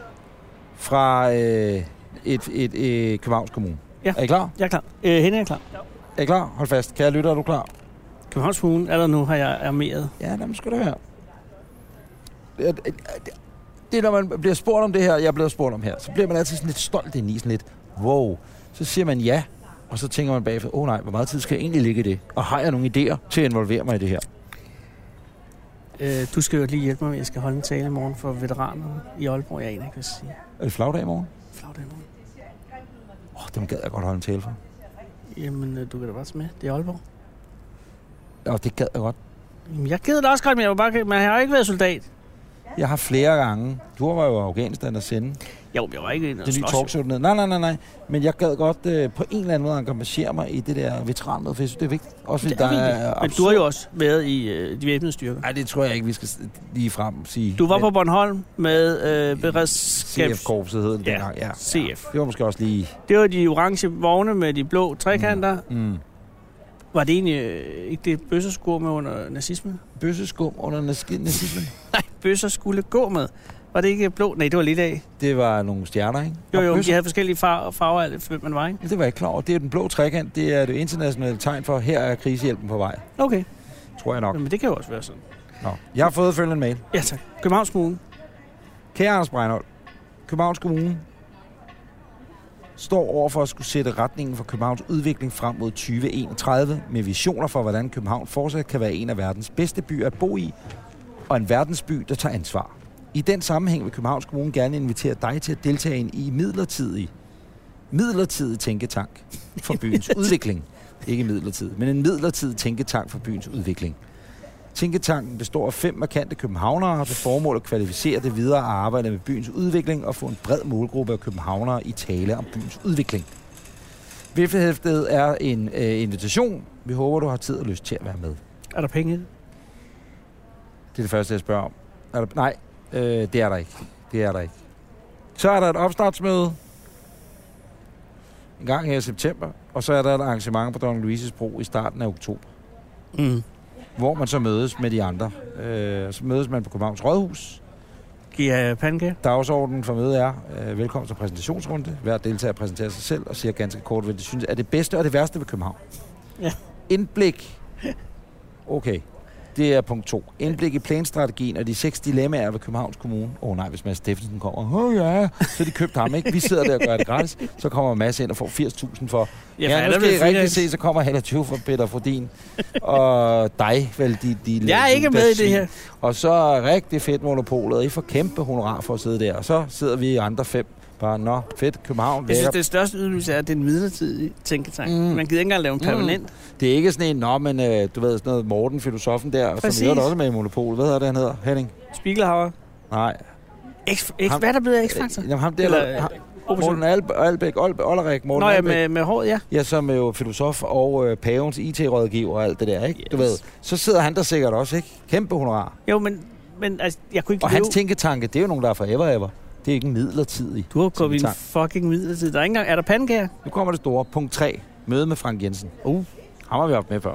Fra øh, et, et, et, et Københavns Kommune. Ja. Er I klar? Jeg er klar. Øh, Henning er klar. Ja. Er I klar? Hold fast. Kære lytter, er du klar? Københavns Kommune, allerede nu har jeg armeret. Ja, jamen skal det være. Det, det, det, når man bliver spurgt om det her, jeg er blevet spurgt om her, så bliver man altid sådan lidt stolt ind i, sådan lidt, wow. Så siger man ja, og så tænker man bagefter, åh oh, nej, hvor meget tid skal jeg egentlig ligge i det? Og har jeg nogle idéer til at involvere mig i det her? Øh, du skal jo lige hjælpe mig med, at jeg skal holde en tale i morgen for veteranerne i Aalborg. Jeg aner ikke, hvad jeg sige. Er det flagdag i morgen? Flagdag i morgen. Åh, oh, dem gad jeg godt holde en tale for. Jamen, du kan da bare tage med. Det er Aalborg. Ja, det gad jeg godt. Jamen, jeg gider det også godt, men jeg, var bare, men jeg har ikke været soldat. Jeg har flere gange. Du var jo i Afghanistan at sende. Jo, jeg var ikke en det nye talkshow dernede. Nej, nej, nej, nej. Men jeg gad godt øh, på en eller anden måde engagere mig i det der veteranmøde, for jeg synes, det er vigtigt. Også fordi det er der vigtigt. er men du har jo også været i øh, de væbnede styrker. Nej, det tror jeg ikke, vi skal lige frem sige. Du var på Bornholm med øh, beredskabs... C F-korpset hed det ja, dengang. Ja, C F. Det var måske også lige... Det var de orange vogne med de blå trekanter. Mm. Mm. Var det egentlig øh, ikke det, bøsser skulle med under nazismen? Bøsseskum under nazismen? Nej, bøsser skulle gå med. Var det ikke blå? Nej, det var lidt af. Det var nogle stjerner, ikke? Jo, jo, de havde forskellige farver, farver alt, hvem man var, ikke? Det var jeg ikke klar over. Det er den blå trekant. Det er det internationale tegn for, her er krisehjælpen på vej. Okay. Tror jeg nok. Men det kan jo også være sådan. Nå. Jeg har fået følgende mail. Ja, tak. Københavns Kommune. Kære Anders Breinholt, Københavns Kommune står over for at skulle sætte retningen for Københavns udvikling frem mod tyve enogtredive med visioner for, hvordan København fortsat kan være en af verdens bedste byer at bo i, og en verdensby, der tager ansvar. I den sammenhæng vil Københavns Kommune gerne invitere dig til at deltage i en midlertidig, midlertidig tænketank for byens udvikling. Ikke midlertidig, men en midlertidig tænketank for byens udvikling. Tænketanken består af fem markante københavnere til formål at kvalificere det videre arbejde med byens udvikling og få en bred målgruppe af københavnere i tale om byens udvikling. Viflehæftet er en øh, invitation. Vi håber, du har tid og lyst til at være med. Er der penge i det? Det er det første, jeg spørger om. Er der, nej, øh, det er der ikke. Det er der ikke. Så er der et opstartsmøde en gang her i september, og så er der et arrangement på Dronning Louises Bro i starten af oktober. Mm. Hvor man så mødes med de andre. Øh, så mødes man på Københavns Rådhus. Giver jeg pandekage? Dagsordenen for mødet er, øh, velkommen til præsentationsrunde. Hver deltager præsenterer sig selv og siger ganske kort, hvad de synes er det bedste og det værste ved København. Ja. Indblik. Okay. Det er punkt to. Indblik i planstrategien og de seks dilemmaer ved Københavns Kommune. Åh oh, nej, hvis Mads Steffensen kommer. Åh oh, ja, så har de købt ham, ikke? Vi sidder der og gør det gratis. Så kommer Mads ind og får firs tusind for. Ja, ja nu skal I rigtig se, så kommer Hella tyve for Peter Frodin. Og dig, vel, de... de jeg er ikke med i det her. Og så rigtig fedt monopolet, og I får kæmpe honorar for at sidde der. Og så sidder vi andre fem. Bare, nå, fedt, København. Jeg synes, det største ydmygelse er, at det er en midlertidig tænketank. Mm. Man gider ikke engang lave en permanent. Mm. Det er ikke sådan en, nå, men øh, du ved, sådan noget Morten, filosofen der, præcis. Som er også med i Monopol. Hvad hedder det, han hedder? Henning? Spiegelhauer? Nej. X, X, ham, hvad er der blevet af X-Factor? Jamen, ham der, eller, ham, Morten Albe, Albæk, Ollerik, Morten Nå, ja, Albæk. med, med håret, ja. Ja, som er jo filosof og øh, pavens I T-rådgiver og alt det der, ikke? Yes. Du ved, så sidder han der sikkert også, ikke? Kæmpe honorar. Jo, men, men altså, jeg kunne ikke og leve... hans tænketanke, det er jo nogen, der er forever ever. Det er ikke en midlertidig. Du har kommet en fucking midlertidig. Der er ikke engang... Er der pandekager? Nu kommer det store. Punkt tre. Møde med Frank Jensen. Uh, ham har vi haft med før.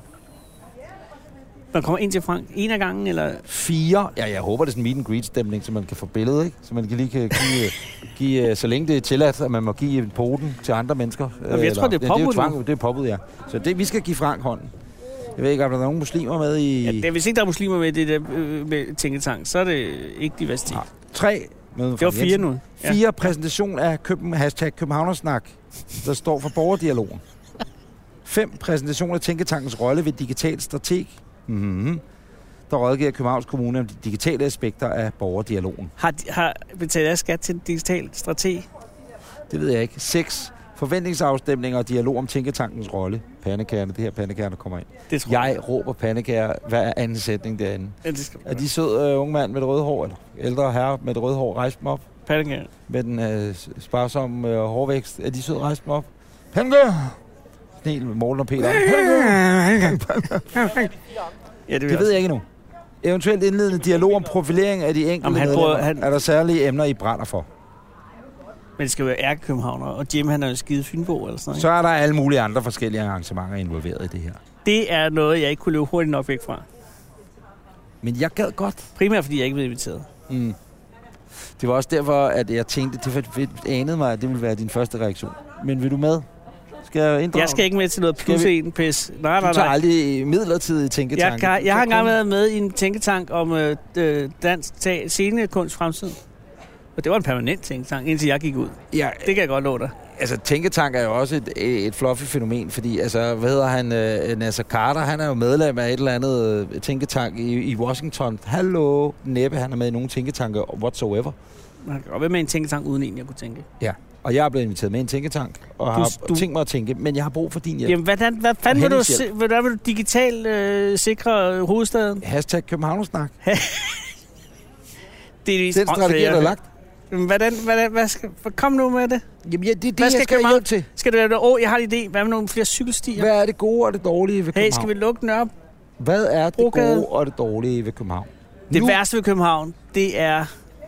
Man kommer ind til Frank en af gangen, eller? Fire. Ja, jeg håber, det er sådan en meet and greet stemning, så man kan få billedet, ikke? Så man kan lige kan give, give, så længe det er tilladt, at man må give poten til andre mennesker. Jamen, jeg eller, tror, det er påbud. Det er jo det er påbud, ja. Så det, vi skal give Frank hånden. Jeg ved ikke, om der er nogen muslimer med i... Ja, det, hvis ikke der er muslimer med i det der øh, med tænketank, så er det ikke diversitet. Ja. Tre. Det var fire nu. Ja. Fire. Præsentation af Køben, hashtag Københavnersnak, der står for borgerdialogen. Fem. Præsentation af Tænketankens rolle ved digital strateg. Mm-hmm. Der rådgiver Københavns Kommune om de digitale aspekter af borgerdialogen. Har, de, har betalt af skat til en digital strateg? Det ved jeg ikke. Seks. Forventningsafstemninger og dialog om Tænketankens rolle. Pandekærne, det her pandekærne, der kommer ind. Det tror jeg. Jeg råber pandekære hver anden sætning derinde. Ja, det skal er de søde uh, unge mand med det røde hår, eller ældre herre med det røde hår, rejse dem op? Pandekære. Med den uh, sparsomme uh, hårvækst. Er de søde, rejse dem op? Pandekære! Snel med Morten og Peter. Ja, det, det ved jeg ikke nu. Eventuelt indledende dialog om profilering af de enkelte han prøver, han... Er der særlige emner, I brænder for? Men det skal jo være ærkekøbenhavner, og Jim, han er jo skide Fynbo eller sådan noget. Så er der alle mulige andre forskellige arrangementer involveret i det her. Det er noget, jeg ikke kunne løbe hurtigt nok væk fra. Men jeg gad godt. Primært, fordi jeg ikke blev inviteret. Mm. Det var også derfor, at jeg tænkte, det anede mig, at det ville være din første reaktion. Men vil du med? Skal jeg inddrage? Jeg skal ikke med til noget plus en pis. Nej, nej, nej. Du tager aldrig midlertidig tænketank. Jeg, kan, jeg har engang været med i en tænketank om øh, dansk scenekunst fremtid. Og det var en permanent tænketank, indtil jeg gik ud. Ja, det kan jeg godt love dig. Altså, tænketank er jo også et, et fluffy fænomen, fordi, altså, hvad hedder han, uh, Nasser Carter, han er jo medlem af et eller andet uh, tænketank i, i Washington. Hallo, næppe, han er med i nogle tænketanker whatsoever. Man kan godt være med i en tænketank, uden en, jeg kunne tænke. Ja, og jeg er blevet inviteret med i en tænketank, og du, har du... tænkt mig at tænke, men jeg har brug for din hjælp. Jamen, hvordan, hvad fanden vil du, se, vil du, vil du digitalt øh, sikre hovedstaden? Hashtag Københavnersnak. Det er den strategi, der er lagt. Hvordan, hvordan, hvad skal, kom nu med det. Jamen, ja, det er det, hvad skal jeg skal hjælpe til. Skal det være, åh, oh, jeg har en idé. Hvad med nogle flere cykelstier? Hvad er det gode og det dårlige ved København? Hey, skal vi lukke Nørre? Hvad er det Brogade? Gode og det dårlige ved København? Det nu. Værste ved København, det er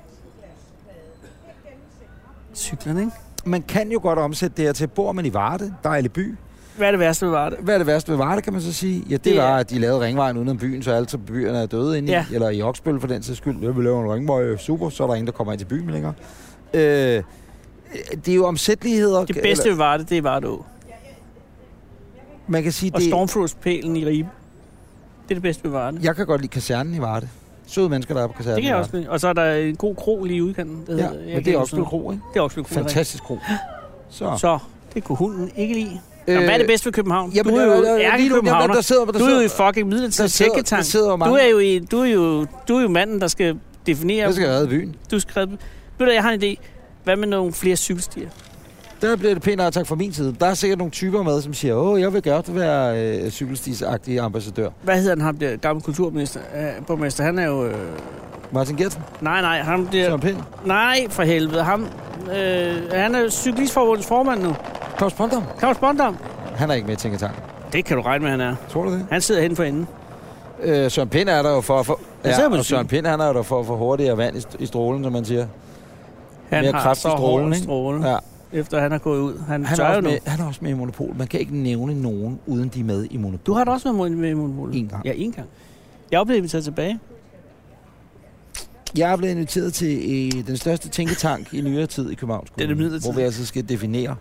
cyklerne, ikke? Man kan jo godt omsætte det her til, bor man i Varde, dejlig by. Hvad er det værste ved Varde? Hvad er det værste ved Varde, kan man så sige? Ja, det, det var, er... at de lavede ringvejen uden om byen, så alle byerne er døde inde ja. i, eller i Oksbøl for den sags skyld. Ja, vi laver en ringvej, super, så er der ingen, der kommer ind til byen længere. Øh, det er jo omsætteligheder. Det bedste eller... ved Varde, det er Varde Å. Man kan sige, og det... Stormflodspælen i Ribe. Det er det bedste ved Varde. Jeg kan godt lide kasernen i Varde. Søde mennesker, der er på kasernen. Det kan jeg også lide. Og så er der en god kro lige i udkanten. Ja, hedder, men det er Oksbøl Kro, ikke? Det er Oksbøl Kro. Fantastisk kro. Så. så, det kunne hunden ikke lide. Øh, hvad er det bedste ved København? Jamen, du er jo ærkekøbenhavner. Der sidder, der du er jo i fucking midlertidig tænketank. Du er jo i, du er jo du er jo manden, der skal definere. Jeg skal redde byen. Du skal redde. Ved du, jeg har en idé. Hvad med nogle flere cykelstier? Der bliver det pænere tak fra min side. Der er sikkert nogle typer med, som siger, åh, jeg vil godt være øh, cykelstis-agtig ambassadør. Hvad hedder han, ham der gamle kulturminister? Øh, borgmester, han er jo... Øh... Martin Gertsen? Nej, nej, ham der... Søren Pind? Nej, for helvede. Ham, øh, han er cyklistforbundets formand nu. Claus Bondam? Claus Bondam? Han er ikke med i tænketanken. Det kan du regne med, han er. Tror du det? Han sidder hen for enden. Øh, Søren Pind er der jo for at få... Ja, og Søren Pind, han er der for at få hurtigere vand i, i strålen, som man siger. Han mere har så hård ikke? stråle, ja. Efter han er gået ud. Han, han, er med, han er også med i Monopol. Man kan ikke nævne nogen, uden de er med i Monopol. Du har da også været med i Monopol? En gang. Ja, en gang. Jeg er blevet inviteret tilbage. Jeg er blevet inviteret til øh, den største tænketank i nyere tid i Københavns Kommune, hvor vi altså skal definere,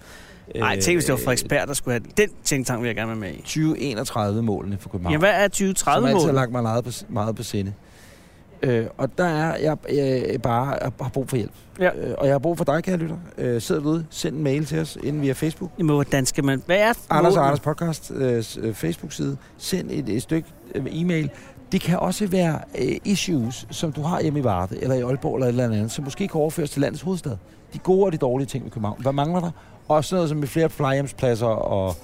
Nej, tænk hvis det var Frederiksberg, der skulle have den tænketank, vil jeg gerne være med i. tyve enogtredive-målene for København. Ja, hvad er tyve tredive-målene? Som altid har lagt mig meget på, meget på sinde. Øh, og der er jeg, jeg bare jeg har brug for hjælp. Ja. Øh, og jeg har brug for dig, kære lytter. Øh, sid derude, send en mail til os inden via Facebook. Jamen, hvordan skal man... Hvad er Anders og Anders podcast øh, Facebook-side. Send et, et stykke øh, e-mail. Det kan også være øh, issues, som du har hjemme i Varde, eller i Aalborg, eller et eller andet, som måske kan overføres til landets hovedstad. De gode og de dårlige ting i København. Hvad mangler der? Og sådan noget som med flere plejehjemspladser og,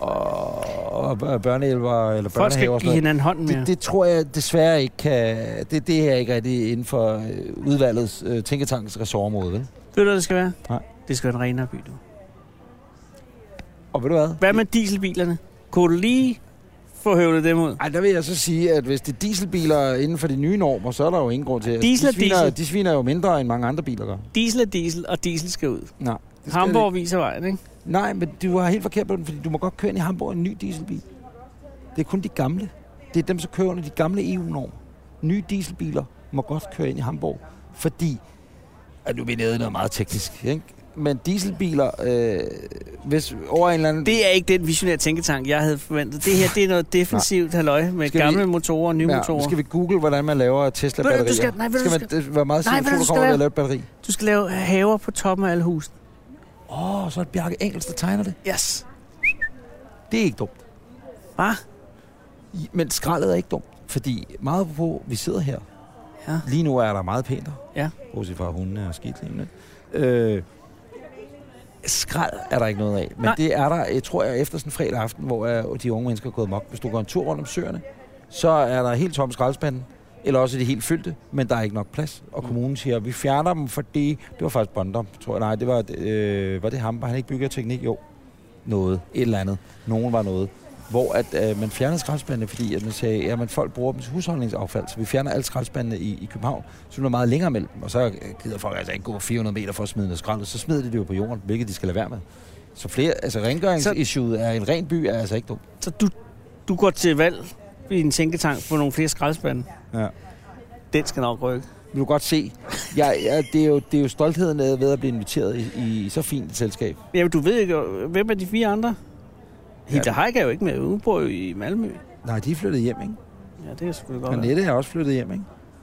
og, og børnehjælper eller folk børnehaver. Folk skal give hinanden hånden mere. Det, det tror jeg desværre ikke kan... Det, det er ikke rigtig inden for øh, udvalgets øh, tænketankens ressortområde, vel? Ved du, hvad det skal være? Nej. Det skal være en renere by, du. Og ved du hvad? Hvad med dieselbilerne? Kunne du lige få høvlet dem ud? Ej, der vil jeg så sige, at hvis det er dieselbiler inden for de nye normer, så er der jo ingen grund til... Diesel de, sviner, diesel. de sviner jo mindre, end mange andre biler gør. Diesel er diesel, og diesel skal ud. Nej. Hamburg viser vejen, ikke? Nej, men du har helt forkert på den, fordi du må godt køre ind i Hamburg en ny dieselbil. Det er kun de gamle. Det er dem, som kører under de gamle E U-normer. Nye dieselbiler må godt køre ind i Hamburg, fordi... Og nu er vi nede noget meget teknisk, ikke? Men dieselbiler, øh, hvis over en eller anden... Det er ikke den visionære tænketank, jeg havde forventet. Det her, det er noget defensivt halløj med skal gamle vi... motorer og nye ja, motorer. Skal vi google, hvordan man laver Tesla-batterier? Skal, nej, skal, skal, man, det være meget nej, simpelt, at kommer og lave et batteri. Du skal lave haver på toppen af alle husene. Åh, oh, så er det Bjarke Engels, der tegner det. Yes. Det er ikke dumt. Hvad? Men skraldet er ikke dumt, fordi meget på, vi sidder her. Ja. Lige nu er der meget pænt. Ja. Bortset fra hundene og skidtlimene. Øh, skrald er der ikke noget af. Men nej. Det er der, jeg tror jeg, efter sådan en fredag aften, hvor de unge mennesker er gået mok. Hvis du går en tur rundt om søerne, så er der helt tom skraldespanden. Eller også er de helt fyldte, men der er ikke nok plads. Og mm. kommunen siger, vi fjerner dem, fordi... Det var faktisk Bondum, tror jeg. Nej, det var, øh, var det ham, var han ikke bygger teknik? Jo. Noget. Et eller andet. Nogen var noget. Hvor at, øh, man fjernede skraldespandene, fordi at man sagde, at folk bruger dem til husholdningsaffald, så vi fjerner alle skraldespandene i, i København, så er der meget længere mellem dem, og så gider folk altså ikke gå fire hundrede meter for at smide noget skrald, så smider de det jo på jorden, hvilket de skal lade være med. Så flere, altså rengøringsissuet er en ren by, er altså ikke dumt. Så du, du går til valg i en tænketank på nogle flere skraldespande? Ja. Den skal nok rykke. Vil du godt se. Jeg, jeg, det, er jo, det er jo stoltheden af ved at blive inviteret i, i så fint et selskab. Jamen, du ved ikke, hvem er de fire andre? Hitler Haik er jo ikke med. Hun bor jo i Malmø. Nej, de er flyttet hjem, ikke? Ja, det er selvfølgelig godt. Og Nette er også flyttet hjem, ikke?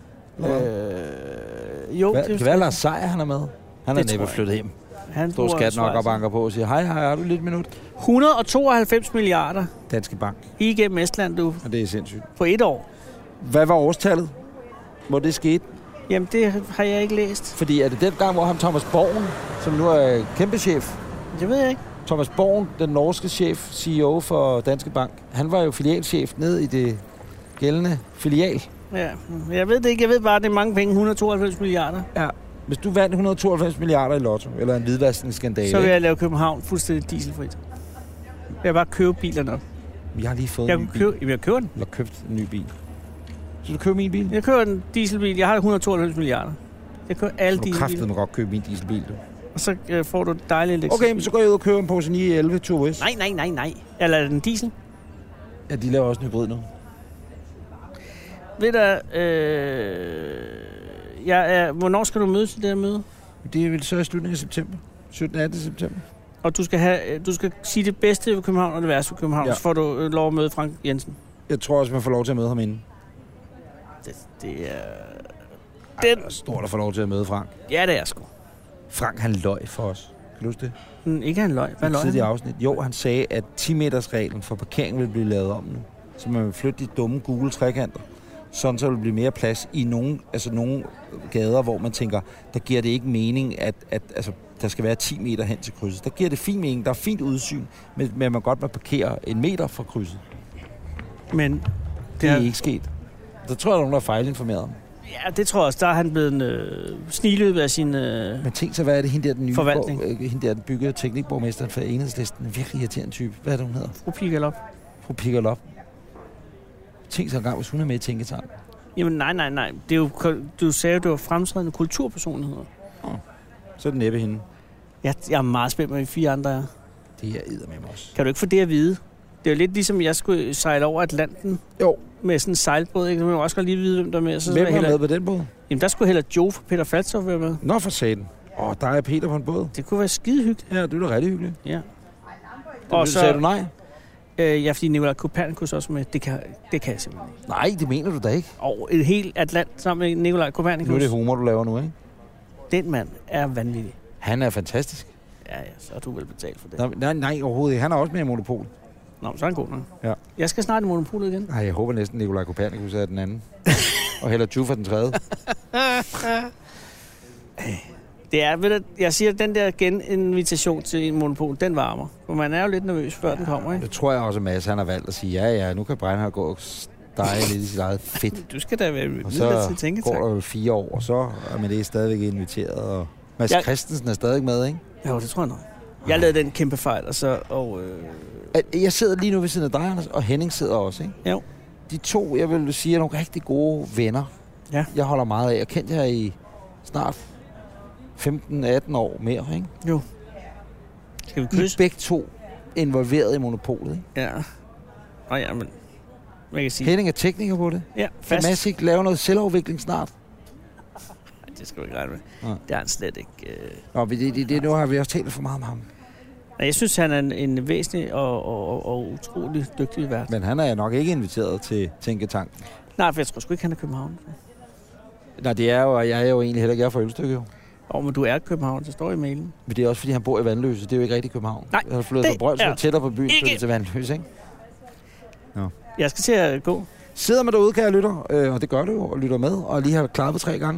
Øh, jo, Hva, det er kan være, Lars Seier, han er med? Han er næppe flyttet hjem. Han Står skat nok og banker på og siger, hej, hej, har du lidt minut? et hundrede og tooghalvfems milliarder. Danske Bank. Igennem Estland, du. Og det er sindssygt. På et år. Hvad var årstallet, hvor det skete? Jamen, det har jeg ikke læst. Fordi er det den gang, hvor ham Thomas Borgen, som nu er kæmpe chef? Det ved jeg ikke. Thomas Borgen, den norske chef, C E O for Danske Bank, han var jo filialchef ned i det gældende filial. Ja, jeg ved det ikke. Jeg ved bare, at det er mange penge. et hundrede og tooghalvfems milliarder. Ja. Hvis du vandt et hundrede og tooghalvfems milliarder i lotto, eller en hvidvaskningsskandale, så vil jeg lave København fuldstændig dieselfrit. Jeg vil bare købe bilerne op. Jeg har lige fået jeg en ny bil. Købe, jeg køber den. Eller købt en ny bil. Så du køber min bil? Jeg køber en dieselbil. Jeg har et hundrede og tooghalvfems milliarder. Jeg køber alle dieselbiler. Du kræfter mig godt købe min dieselbil, du. Og så øh, får du et dejligt elektrisk. Okay, men så går jeg ud og køber en Porsche ni elleve Turbo S. Nej, nej, nej, nej. Eller er det en diesel? Ja, de laver også en hybrid nu. Ved du, øh, jeg er, hvornår skal du møde til det her møde? Det er vel så i slutningen af september. syttende atten september. Og du skal, have, du skal sige det bedste ved København og det værste ved København, ja. Så får du øh, lov at møde Frank Jensen. Jeg tror også, man får lov til at møde ham inden. Det, det er... Den... Ej, det er stort at få lov til at møde Frank. Ja, det er sgu. Frank, han løg for os. Kan du huske det? Mm, ikke han løg. Hvad løg han? Afsnit. Jo, han sagde, at ti meters reglen for parkering vil blive lavet om nu. Så man vil flytte de dumme gule trekanter. Sådan så vil blive mere plads i nogle, altså nogle gader, hvor man tænker, der giver det ikke mening, at, at altså, der skal være ti meter hen til krydset. Der giver det fin mening. Der er fint udsyn, men, men man godt må parkere en meter fra krydset. Men det, det er er ikke sket. Der tror jeg, der er nogen, der er fejlinformeret om. Ja, det tror jeg også. Der er han blevet øh, sniløbet af sin øh, Men tænk så, hvad er det, hende der den nye forvaltning? Borg, øh, hende der den bygger teknikborgmesteren for Enhedslisten. En virkelig irriterende type. Hvad er det, hun hedder? Fru Pigalop. Fru Pigalop. Tænk så en gang, hvis hun er med i tænketanken. Jamen nej, nej, nej. Det er jo, du sagde jo, det var fremtrædende kulturpersonligheder. Oh. Så er det næppe hende. Jeg, jeg er meget spændt med de fire andre er. Det er eddermame også. Kan du ikke få det at vide? Det er jo lidt ligesom, jeg skulle sejle over Atlanten. Jo. Med sådan en sejlbåd, ikke? Så man jo også godt lige vide, hvem der er med. Så hvem var heller... med på den båd? Jamen, der skulle heller Joe fra Peter Falstoff være med. Nå, for satan. Åh, oh, der er Peter på en båd. Det kunne være skide hyggeligt. Ja, det er da rigtig hyggeligt. Ja. Og så sagde du nej? Øh, ja, fordi Nikolaj Kopernikus også med. Det kan, det kan jeg simpelthen ikke. Nej, det mener du da ikke. Og et helt Atlant sammen med Nikolaj Kopernikus. Nu er det humor, du laver nu, ikke? Den mand er vanvittig. Han er fantastisk. Ja, ja, så er du vel betalt for det. Nej, nej, nej overhovedet ikke. Han er også med i Monopol. Nå, så er han god nok. Ja. Jeg skal snart i Monopolet igen. Nej, jeg håber næsten, Nikolaj Kopernikus er den anden. Og heller Tjuffer den tredje. Det er, ved du, jeg siger, at den der geninvitation til en Monopol, den varmer. For man er jo lidt nervøs, før ja, den kommer, ikke? Det tror jeg også, at Mads han har valgt at sige, ja, ja, nu kan Breinhardt gå og stege lidt i sit eget fedt. Du skal da være og så går der jo fire år, og så er man det stadigvæk inviteret. Og Mads jeg... Christensen er stadig med, ikke? Jo, det tror jeg nok. Jeg lavede den kæmpe fejl, og så... Og, øh... Jeg sidder lige nu ved siden af dig, Anders, og Henning sidder også, ikke? Jo. De to, jeg vil sige, er nogle rigtig gode venner. Ja. Jeg holder meget af. Jeg kendte jer i snart femten atten år mere, ikke? Jo. Skal vi kysse? I begge to involveret i Monopolet, ikke? Ja. Nå ja, men... Hvad kan jeg sige? Henning er tekniker på det. Ja, fast. Kan Mads ikke lave noget selvafvikling snart? Nej, det skal du ikke regne med. Ja. Det er han slet ikke. Øh... Nå, det, det, det, nu har vi også talt for meget om ham. Jeg synes, han er en, en væsentlig og, og, og utrolig dygtig vært. Men han er nok ikke inviteret til Tænketanken. Nej, for jeg tror sgu ikke, han er København. Nej, det er jo, jeg er jo egentlig heller ikke, jeg er fra Ølstykke jo. Åh, oh, men du er København, det står i mailen. Men det er også, fordi han bor i Vandløse. Det er jo ikke rigtig København. Nej, jeg har flyttet fra Brønshøj tættere på byen, flyttet til Vandløse, ikke? Nå. Jeg skal til at gå. Sidder man derude, kære lytter, øh, og det gør du jo, og lytter med, og lige har klappet tre gange.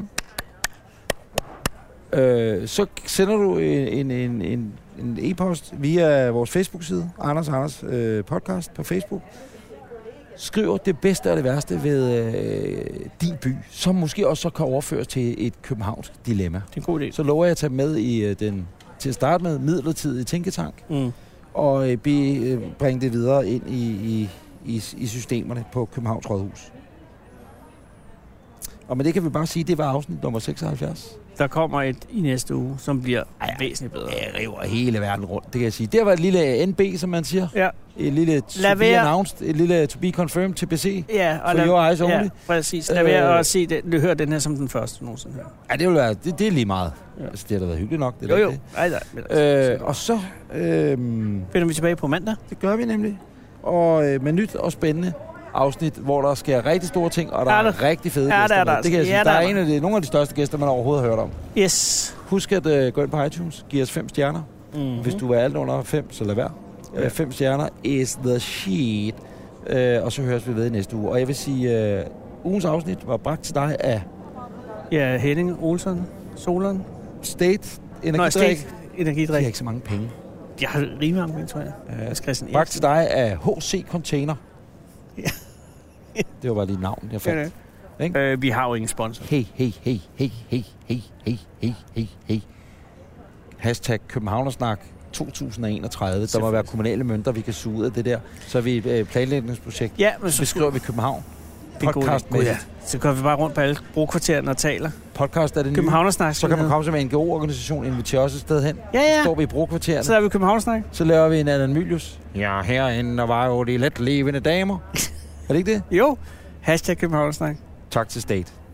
Øh, så sender du en, en, en, en e-post via vores Facebook-side, Anders Anders øh, podcast på Facebook. Skriver det bedste og det værste ved øh, din by, som måske også så kan overføres til et københavnsk dilemma. Det er en god idé. Så lover jeg at tage med i øh, den, til at starte med, midlertidige tænketank, mm. og øh, be, øh, bringe det videre ind i, i, i, i systemerne på Københavns Rådhus. Og med det kan vi bare sige, at det var afsnit nummer seksoghalvfjerds. Der kommer et i næste uge, som bliver ja, væsentligt bedre. Jeg river hele verden rundt, det kan jeg sige. Det var et lille N B, som man siger. Ja. Et lille to be announced, et lille to be confirmed T B C. Ja, og for your eyes only. Ja, præcis. Lad være øh, at se det. Hør den her som den første nogensinde hører. Ja, det vil være, det, det er lige meget. Ja. Altså, det har da været hyggeligt nok. Det jo, jo. Det. Ej, nej, altså, øh, og så... Øh, finder vi tilbage på mandag. Det gør vi nemlig. Og øh, med nyt og spændende afsnit, hvor der sker rigtig store ting, og der er, der, er rigtig fede ja, gæster. Der, der, det kan jeg sige. ja, der, der er en af de, nogle af de største gæster, man overhovedet har hørt om. Yes. Husk at uh, gå ind på iTunes, giv os fem stjerner. Mm-hmm. Hvis du er alt under fem, så lad være. Ja. Uh, fem stjerner is the shit. Uh, og så høres vi ved i næste uge. Og jeg vil sige, uh, ugens afsnit var bragt til dig af... Ja, Henning Olsen, Solon. State Energidrik. Nå, State Energidrik. De har ikke så mange penge. Jeg har rimelig mange penge, tror jeg. Uh, bragt til dig af H C Container. Ja. Det var bare lige navn, jeg fandt. Ja, ja. Øh, vi har jo ingen sponsor. Hey, hey, hey, hey, hey, hey, hey, hey, hey, hey. Hashtag Københavnersnak to tusind enogtredive. Der må være kommunale mønter, vi kan suge ud af det der. Så er vi et øh, planlægningsprojekt. Ja, men så beskriver vi København. Podcast med ja. Så går vi bare rundt på alle brokvartererne og taler. Podcast er det nye. Københavnersnak. Så kan man komme som en N G O-organisation, invitere os et sted hen. Ja, ja. Så står vi i brokvartererne. Så laver vi Københavnersnak. Så laver vi en Allan Mylius. Ja, herinde der var jo de let levende damer. Er det ikke det? Jo. Hashtag Københavnersnak. Tak til State.